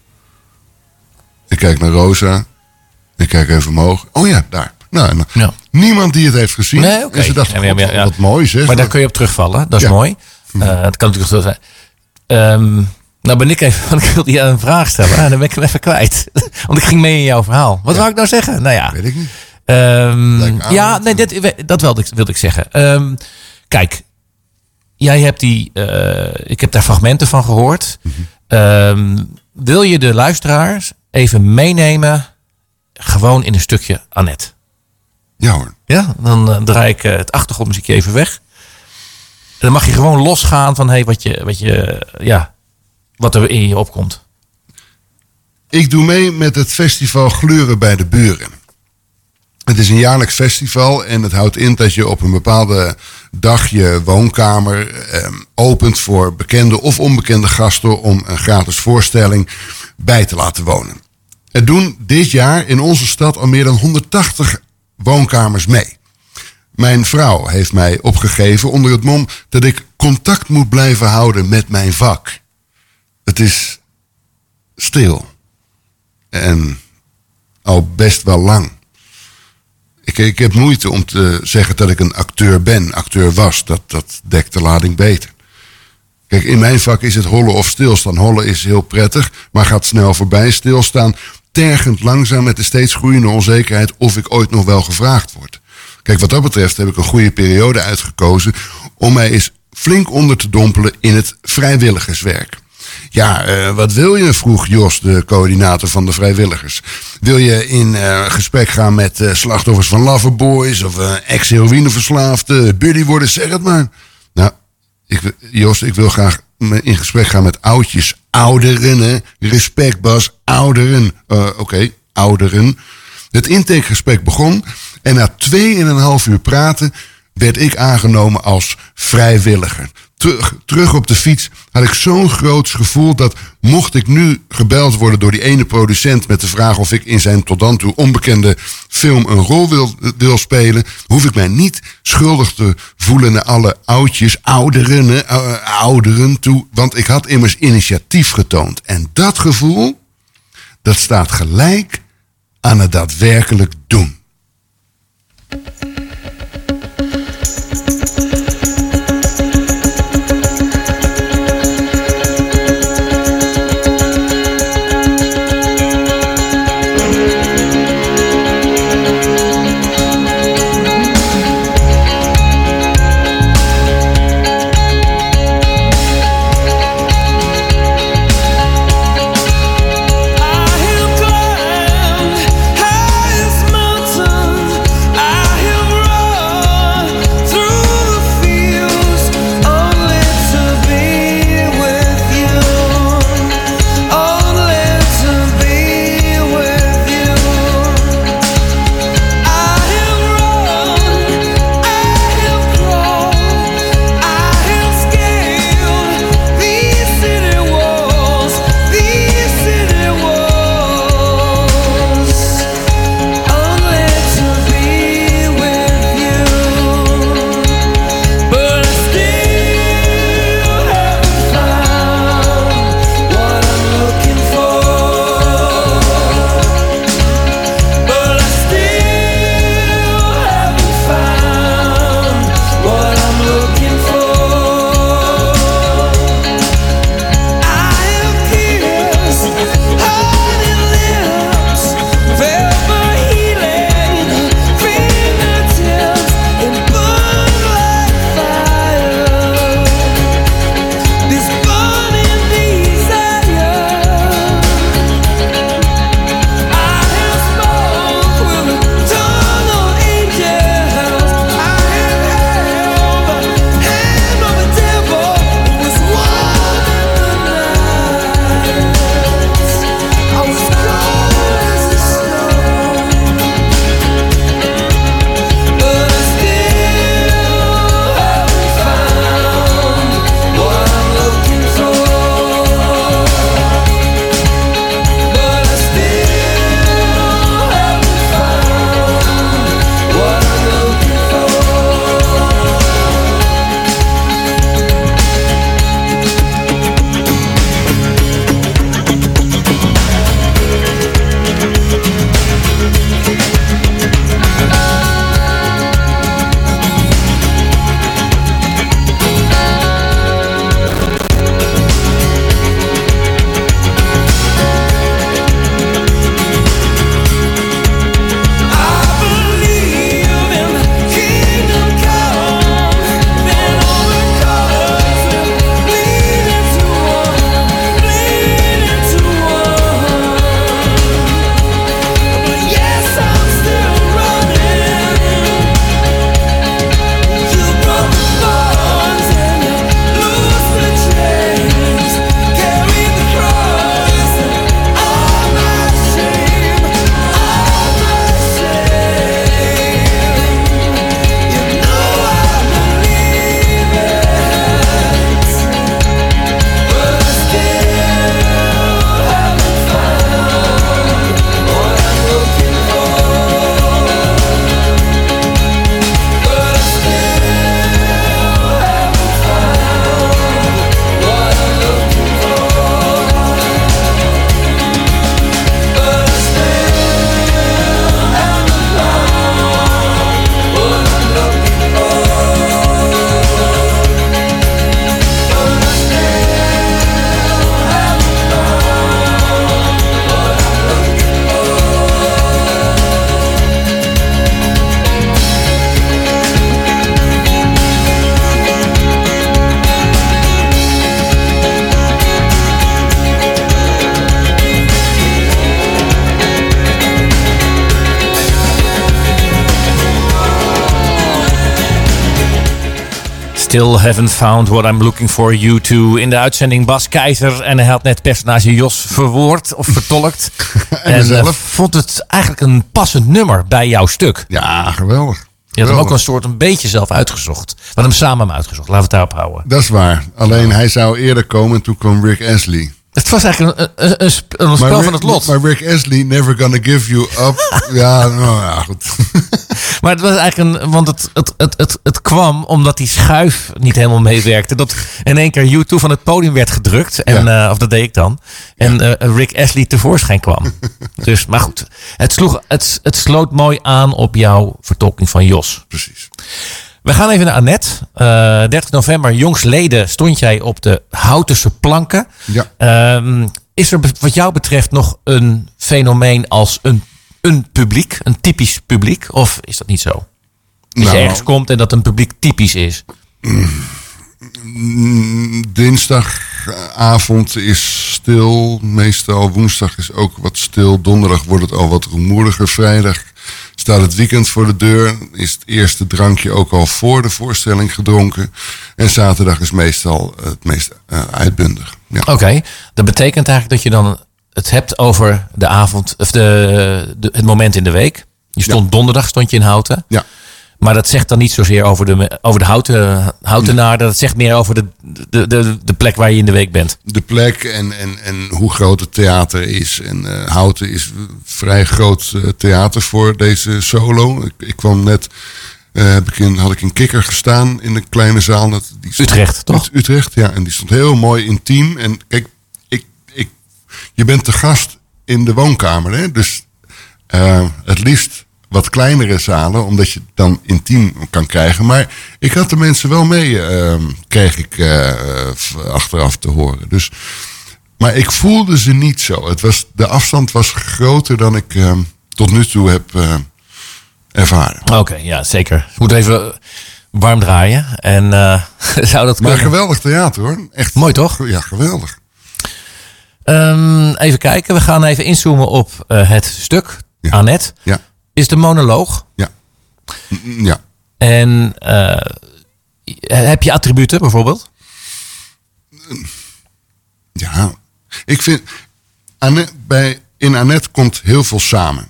Ik kijk naar Rosa. Ik kijk even omhoog. Oh ja, daar. Nou, nou, ja. Niemand die het heeft gezien. Nee, okay. En ze dacht, ja, ja, ja, ja. wat mooi zeg. Maar daar kun je op terugvallen. Dat is ja. mooi. Uh, dat kan natuurlijk zo zijn. Um, nou ben ik even, want ik wilde je een vraag stellen. Ah, dan ben ik hem even kwijt. Want ik ging mee in jouw verhaal. Wat ja. wou ik nou zeggen? Nou ja. Weet ik niet. Um, ja, nee, dit, dat wilde ik, wilde ik zeggen. Um, kijk, jij hebt die, uh, ik heb daar fragmenten van gehoord. Mm-hmm. Um, wil je de luisteraars even meenemen, gewoon in een stukje Annette? Ja hoor. Ja, dan uh, draai ik uh, het achtergrondmuziekje even weg. En dan mag je gewoon losgaan van hey, wat je, wat je, ja, wat er in je opkomt. Ik doe mee met het festival Gluren bij de Buren. Het is een jaarlijks festival en het houdt in dat je op een bepaalde dag je woonkamer eh, opent voor bekende of onbekende gasten om een gratis voorstelling bij te laten wonen. Er doen dit jaar in onze stad al meer dan honderdtachtig woonkamers mee. Mijn vrouw heeft mij opgegeven onder het mom dat ik contact moet blijven houden met mijn vak. Het is stil. En al best wel lang. Ik, ik heb moeite om te zeggen dat ik een acteur ben, acteur was. Dat, dat dekt de lading beter. Kijk, in mijn vak is het hollen of stilstaan. Hollen is heel prettig, maar gaat snel voorbij. Stilstaan tergend langzaam met de steeds groeiende onzekerheid of ik ooit nog wel gevraagd word. Kijk, wat dat betreft heb ik een goede periode uitgekozen om mij eens flink onder te dompelen in het vrijwilligerswerk. Ja, uh, wat wil je? Vroeg Jos, de coördinator van de vrijwilligers. Wil je in uh, gesprek gaan met uh, slachtoffers van loverboys of uh, ex-heroïneverslaafden, buddy worden, zeg het maar. Nou, ik, Jos, ik wil graag in gesprek gaan met oudjes, ouderen, hè? Respect, Bas, ouderen. Uh, Oké, okay, ouderen. Het intakegesprek begon en na twee en een half uur praten werd ik aangenomen als vrijwilliger. Terug, terug op de fiets had ik zo'n groot gevoel dat mocht ik nu gebeld worden door die ene producent met de vraag of ik in zijn tot dan toe onbekende film een rol wil, wil spelen, hoef ik mij niet schuldig te voelen naar alle oudjes, ouderen, uh, ouderen toe, want ik had immers initiatief getoond. En dat gevoel, dat staat gelijk aan het daadwerkelijk doen. I hear grand, highest mountain. I hear Still haven't found what I'm looking for you to. In de uitzending Bas Keizer. En hij had net personage Jos verwoord of vertolkt. en en zelf uh, vond het eigenlijk een passend nummer bij jouw stuk. Ja, geweldig. Je had hem ook een soort een beetje zelf uitgezocht. We hadden hem samen uitgezocht. Laten we het daarop houden. Dat is waar. Alleen hij zou eerder komen en toen kwam Rick Astley. Het was eigenlijk een, een, een, sp- een spel Rick, van het lot. Maar Rick Astley, Never Gonna Give You Up. ja, nou ja, goed. Maar het was eigenlijk een... Want het, het, het, het, het kwam omdat die schuif niet helemaal meewerkte. Dat in één keer U twee van het podium werd gedrukt. En, ja. uh, of dat deed ik dan. En ja. uh, Rick Astley tevoorschijn kwam. dus, maar goed. Het, sloeg, het, het sloot mooi aan op jouw vertolking van Jos. Precies. We gaan even naar Annette. Uh, dertig november, jongsleden, stond jij op de Houtense planken. Ja. Um, is er wat jou betreft nog een fenomeen als een, een publiek? Een typisch publiek? Of is dat niet zo? Dat nou, je ergens komt en dat een publiek typisch is? Mm, dinsdagavond is stil. Meestal woensdag is ook wat stil. Donderdag wordt het al wat rumoeriger. Vrijdag staat het weekend voor de deur. Is het eerste drankje ook al voor de voorstelling gedronken. En zaterdag is meestal het meest uh, uitbundig. Ja. Oké, okay. Dat betekent eigenlijk dat je dan het hebt over de avond, of de, de, het moment in de week. Je stond ja. donderdag stond je in Houten. Ja. Maar dat zegt dan niet zozeer over de, over de houten, houtenaar. Dat zegt meer over de, de, de, de plek waar je in de week bent. De plek en, en, en hoe groot het theater is. En uh, Houten is vrij groot uh, theater voor deze solo. Ik, ik kwam net, uh, heb ik in, had ik in Kikker gestaan in een kleine zaal. Dat, die stond, Utrecht, toch? Utrecht, ja. En die stond heel mooi intiem. En kijk, ik, ik, je bent te gast in de woonkamer. Hè? Dus uh, het liefst wat kleinere zalen, omdat je het dan intiem kan krijgen. Maar ik had de mensen wel mee, uh, kreeg ik uh, achteraf te horen. Dus, maar ik voelde ze niet zo. Het was, de afstand was groter dan ik uh, tot nu toe heb uh, ervaren. Oké, okay, ja, zeker. Je moet even warm draaien. En uh, zou dat kunnen? Maar geweldig theater, hoor. Echt mooi, toch? Ja, geweldig. Um, even kijken. We gaan even inzoomen op uh, het stuk. Ja. Annette. Ja. Is de monoloog. Ja. Ja. En uh, heb je attributen bijvoorbeeld? Ja. Ik vind, Annette, bij, in Annette komt heel veel samen.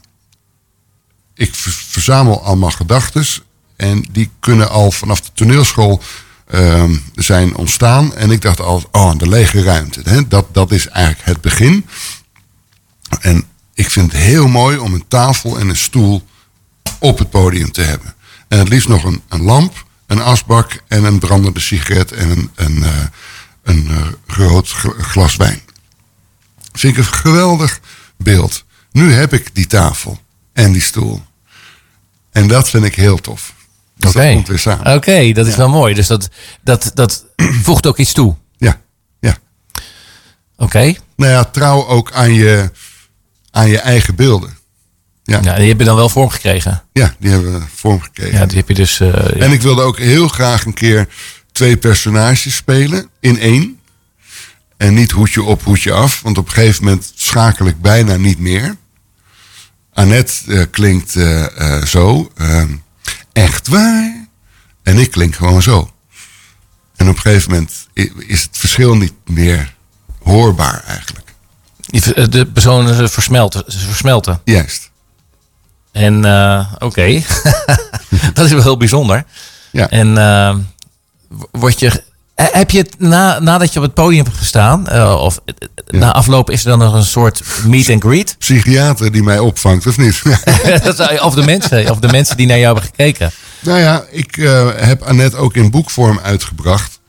Ik verzamel allemaal gedachtes. En die kunnen al vanaf de toneelschool uh, zijn ontstaan. En ik dacht al, oh, de lege ruimte. Hè? Dat, dat is eigenlijk het begin. En ik vind het heel mooi om een tafel en een stoel op het podium te hebben. En het liefst nog een, een lamp, een asbak en een brandende sigaret en een, een, uh, een uh, groot glas wijn. Vind ik een geweldig beeld. Nu heb ik die tafel en die stoel. En dat vind ik heel tof. Dus Oké, dat komt weer samen. Oké, okay, dat is ja. wel mooi. Dus dat, dat, dat voegt ook iets toe. Ja, ja. Oké. Okay. Nou ja, trouw ook aan je, aan je eigen beelden. Ja. ja, die heb je dan wel vormgekregen. Ja, die hebben we vormgekregen. Ja, die heb je dus. Uh, ja. En ik wilde ook heel graag een keer twee personages spelen in één. En niet hoedje op, hoedje af. Want op een gegeven moment schakel ik bijna niet meer. Annette uh, klinkt uh, uh, zo. Uh, echt waar. En ik klink gewoon zo. En op een gegeven moment is het verschil niet meer hoorbaar eigenlijk. De personen versmelten. versmelten. Juist. En uh, oké, okay. Dat is wel heel bijzonder. Ja. En uh, word je, heb je het na, nadat je op het podium hebt gestaan, uh, of ja. na afloop is er dan nog een soort meet and greet? Psychiater die mij opvangt, of niet? of, de mensen, of de mensen die naar jou hebben gekeken. Nou ja, ik uh, heb Annette ook in boekvorm uitgebracht.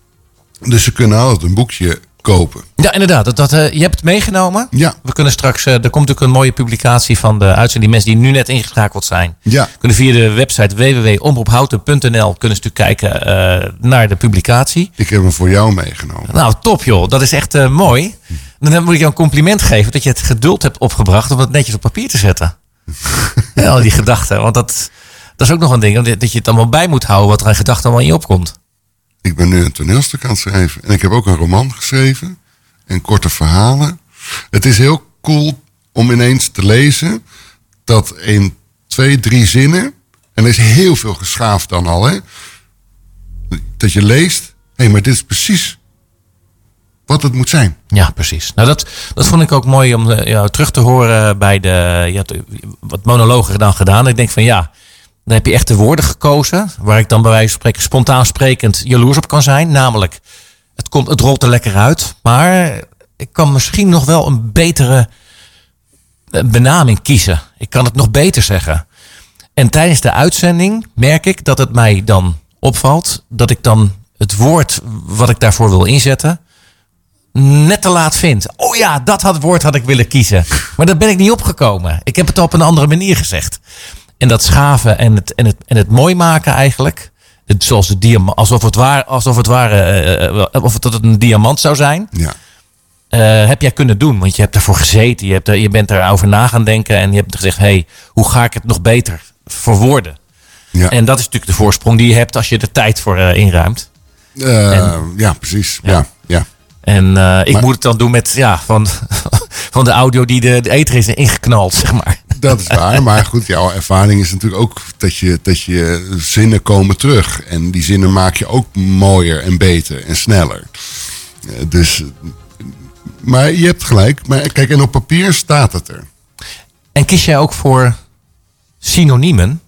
Dus ze kunnen altijd een boekje kopen. Ja, inderdaad. Dat, dat, uh, je hebt het meegenomen. Ja. We kunnen straks, uh, er komt natuurlijk een mooie publicatie van de uitzending. Die mensen die nu net ingeschakeld zijn. Ja. Kunnen via de website w w w punt omroephouten punt n l kunnen ze natuurlijk kijken uh, naar de publicatie. Ik heb hem voor jou meegenomen. Nou, top joh. Dat is echt uh, mooi. Dan moet ik jou een compliment geven dat je het geduld hebt opgebracht om het netjes op papier te zetten. Ja, al die gedachten. Want dat, dat is ook nog een ding. Dat je het allemaal bij moet houden wat er aan gedachten allemaal in je opkomt. Ik ben nu een toneelstuk aan het schrijven. En ik heb ook een roman geschreven. En korte verhalen. Het is heel cool om ineens te lezen dat in twee, drie zinnen... en er is heel veel geschaafd dan al, hè. Dat je leest, hé, hey, maar dit is precies wat het moet zijn. Ja, precies. Nou, dat, dat vond ik ook mooi om uh, jou terug te horen bij de... Je had wat monologen dan gedaan. Ik denk van ja, dan heb je echt de woorden gekozen... waar ik dan bij wijze van spreken spontaan sprekend jaloers op kan zijn. Namelijk, het, komt, het rolt er lekker uit. Maar ik kan misschien nog wel een betere benaming kiezen. Ik kan het nog beter zeggen. En tijdens de uitzending merk ik dat het mij dan opvalt... dat ik dan het woord wat ik daarvoor wil inzetten... net te laat vind. Oh ja, dat had, woord had ik willen kiezen. Maar daar ben ik niet opgekomen. Ik heb het op een andere manier gezegd. En dat schaven en het, en het, en het mooi maken eigenlijk... Het, zoals de diamant, alsof het waar, alsof het ware, uh, of het, dat het een diamant zou zijn... Ja. Uh, heb jij kunnen doen. Want je hebt ervoor gezeten. Je, hebt er, je bent erover na gaan denken. En je hebt gezegd, hé, hey, hoe ga ik het nog beter verwoorden? Ja. En dat is natuurlijk de voorsprong die je hebt als je er tijd voor uh, inruimt. Uh, En- ja, precies. Ja. Ja. Ja, En uh, ik Maar- moet het dan doen met, ja, van, van de audio die de, de ether is ingeknald, zeg maar. dat is waar. Maar goed, jouw ervaring is natuurlijk ook dat je, dat je zinnen komen terug. En die zinnen maak je ook mooier en beter en sneller. Uh, dus, maar je hebt gelijk. Maar kijk, en op papier staat het er. En kies jij ook voor synoniemen?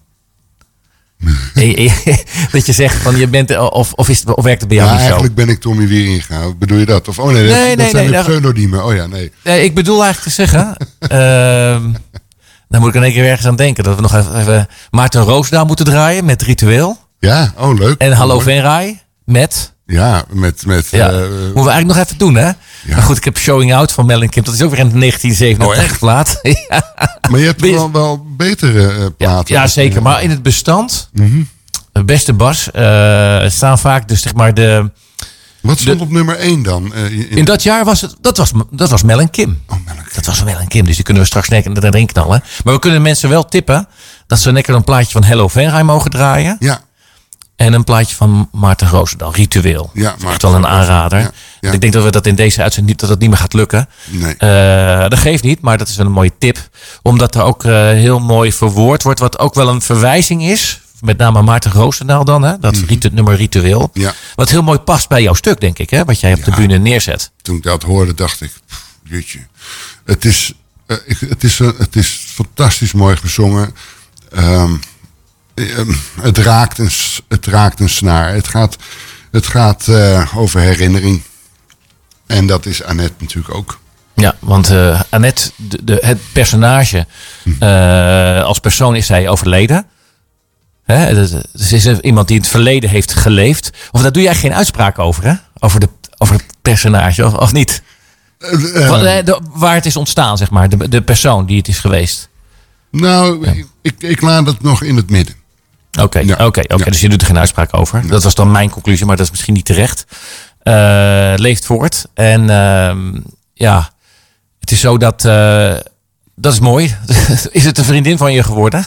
Dat je zegt van je bent, of, of, is het, of werkt het bij jou Ja, niet zo? eigenlijk ben ik Tommy Wieringa. Bedoel je dat? Of, oh nee, dat, Nee, dat nee, zijn nee, de daar- pseudoniemen. Oh ja, nee. Nee, ik bedoel eigenlijk te zeggen, ehm, dan moet ik in één keer ergens aan denken dat we nog even, even Maarten Roosdaal moeten draaien met Ritueel. Ja, oh leuk. En Hallo Mooi. Venray met... Ja, met... met Ja, eh, moeten we eigenlijk nog even doen, hè? Maar goed, ik heb Showing Out van Mel en Kim. Dat is ook weer in negentien zevenennegentig Oh, echt? plaat. ja, maar je hebt Ben je- wel, wel betere uh, ja, platen. ja, zeker. Maar in het bestand, het beste Bas, uh, staan vaak dus zeg maar de... Wat stond de- op nummer één dan? Uh, in, In dat jaar was het, dat was, dat was Mel en Kim. Oh, Mel en Kim. Dat was Mel en Kim, dus die kunnen we straks lekker erin knallen. Maar we kunnen mensen wel tippen dat ze lekker een plaatje van Hello Venray mogen draaien. Ja, En een plaatje van Maarten Roosendaal, Ritueel. Ja, Echt Maarten wel een Roosendaal. aanrader. Ja, ja. En ik denk dat we dat in deze uitzending niet, dat dat niet meer gaat lukken. nee. Uh, dat geeft niet, maar dat is wel een mooie tip. Omdat er ook uh, heel mooi verwoord wordt. Wat ook wel een verwijzing is. Met name Maarten Roosendaal dan. Hè? Dat ritu- nummer Ritueel. Ja. Wat heel mooi past bij jouw stuk, denk ik. Hè? Wat jij op de Ja. bühne neerzet. Toen ik dat hoorde, dacht ik, pff, jeetje. Het is, uh, ik, het, is, uh, het is fantastisch mooi gezongen. Um, um, het, raakt een, s- het raakt een snaar. Het gaat, het gaat uh, over herinnering. En dat is Annette natuurlijk ook. Ja, want uh, Annette, de, de, het personage, uh, als persoon is zij overleden. Hè? Dus ze is iemand die in het verleden heeft geleefd. Of daar doe je eigenlijk geen uitspraak over, hè? Over, de, over het personage, of, of niet? Uh, uh, Van, eh, de- waar het is ontstaan, zeg maar. De, de persoon die het is geweest. nou, ik, ik laat het nog in het midden. Oké, Ja. oké, oké. Ja. Dus je doet er geen uitspraak over. Dat was dan mijn conclusie, maar dat is misschien niet terecht. Uh, leeft voort. En uh, ja, het is zo dat... Uh, dat is mooi. Is het een vriendin van je geworden?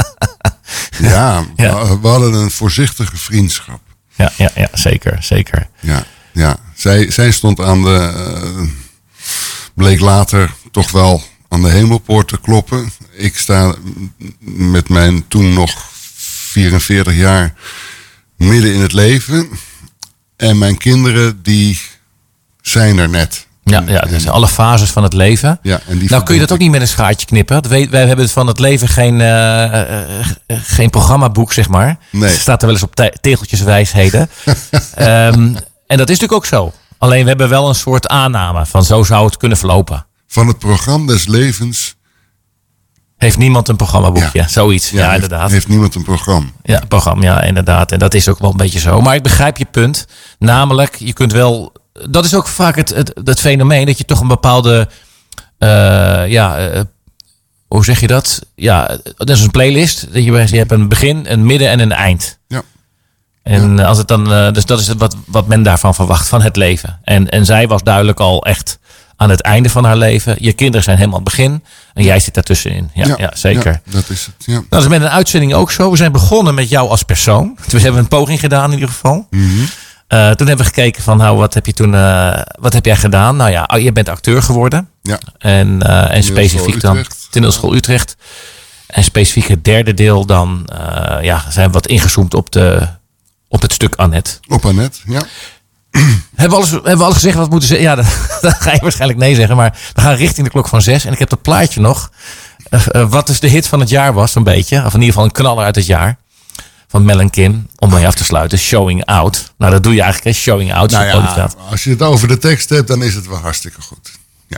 Ja, Ja. We, we hadden een voorzichtige vriendschap. Ja, ja, ja, zeker, zeker. Ja, ja. Zij, zij stond aan de... Uh, bleek later toch wel aan de hemelpoort te kloppen. Ik sta met mijn toen nog vierenveertig jaar midden in het leven. En mijn kinderen die zijn er net. Ja, ja, dat zijn alle fases van het leven. Ja, en die Nou kun je dat ook niet met een schaartje knippen. Dat weet- Wij hebben van het leven geen, uh, uh, geen programmaboek, zeg maar. Nee. Er staat er wel eens op te- tegeltjes wijsheden. um, en dat is natuurlijk ook zo. Alleen we hebben wel een soort aanname van zo zou het kunnen verlopen. Van het programma des levens. Heeft niemand een programmaboekje? Ja. Zoiets, ja, heeft, inderdaad. Heeft niemand een programma. Ja, programma, ja, inderdaad. En dat is ook wel een beetje zo. Maar ik begrijp je punt. Namelijk, je kunt wel... Dat is ook vaak het, het, het fenomeen dat je toch een bepaalde... Uh, ja, uh, hoe zeg je dat? Ja, dat is een playlist. Dat je, je hebt een begin, een midden en een eind. Ja. En als het dan, uh, dus dat is wat, wat men daarvan verwacht, van het leven. En, en zij was duidelijk al echt aan het einde van haar leven. Je kinderen zijn helemaal aan het begin. En jij zit daartussenin. Ja, ja, zeker. Ja, dat is het, ja. Nou, dat is met een uitzending ook zo. We zijn begonnen met jou als persoon. Dus we hebben een poging gedaan in ieder geval. Mm-hmm. Uh, toen hebben we gekeken van, nou, wat heb je toen, uh, wat heb jij gedaan? Nou ja, je bent acteur geworden. Ja. En, uh, en specifiek dan Utrecht. Toneelschool Utrecht. En specifiek het derde deel dan, uh, ja, zijn we wat ingezoomd op de, op het stuk Annette. Op Annette, ja. Hebben we alles, hebben we alles gezegd wat we moeten zeggen? Ja, dan, dan ga je waarschijnlijk nee zeggen. Maar we gaan richting de klok van zes. En ik heb dat plaatje nog. Uh, uh, wat dus de hit van het jaar was, een beetje. Of in ieder geval een knaller uit het jaar. Van Mel en Kim. Om mee af te sluiten. Showing Out. Nou, dat doe je eigenlijk. Hè? Showing Out. Nou ja, als je het over de tekst hebt, dan is het wel hartstikke goed. Ja.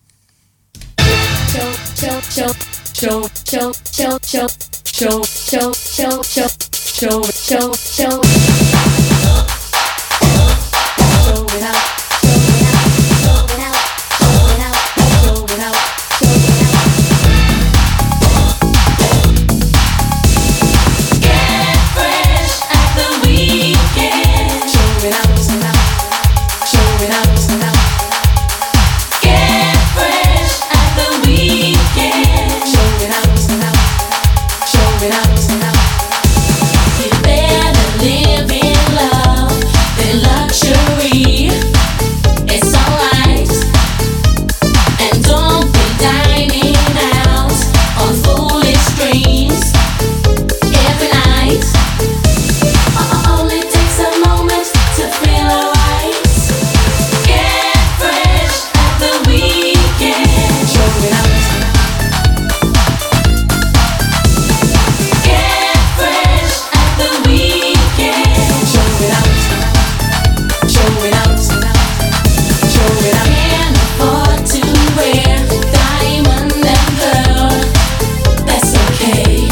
Show, show, show, show, show, show, show, show, show, show, show, show, show, show. Show it out, show it out, show it out, show it out, show it out, show it out. Get fresh at the weekend. Show it out, show it out, show it out, show it out. Get fresh at the weekend. Show it out, show it out, show it out, show it out. You better live in love than luxury. It's alright. And don't be dining out on foolish dreams every night. Only takes a moment to feel alright. Get fresh at the weekend. Show it out. Get fresh at the weekend. Show it out. Show it out. Show it out. Can't afford to wear diamond and pearl. That's okay.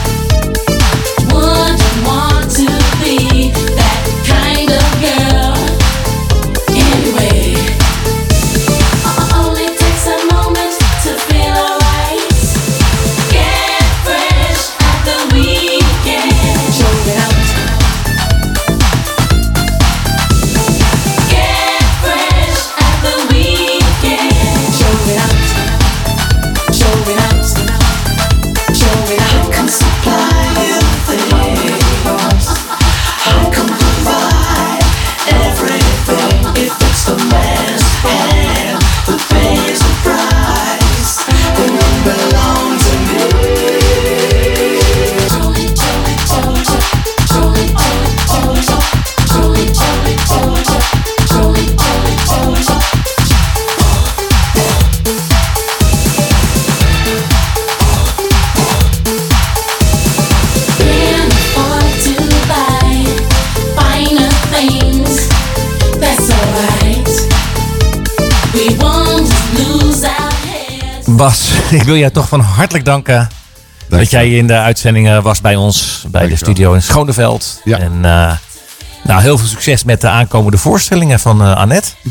Wouldn't want to be that kind of girl anyway. Only takes a moment to feel alright. Get fresh at the weekend. Show it out. Get fresh at the weekend. Show it out. Show it out. Show it out. I can supply you things. I can provide everything. If it's the man's hand that pays the price, then you belong to me. Show it, show it, show it, show it, show it, show it, show it, show it, show it, show it, show it. Can't afford to buy finer things. That's alright. We won't lose our heads. Bas, ik wil jou toch van hartelijk danken. Dat jij in de uitzending uh, was bij ons. Bij de Dankjewel. studio in Schoneveld. Ja. En uh, nou, heel veel succes met de aankomende voorstellingen van uh, Annette.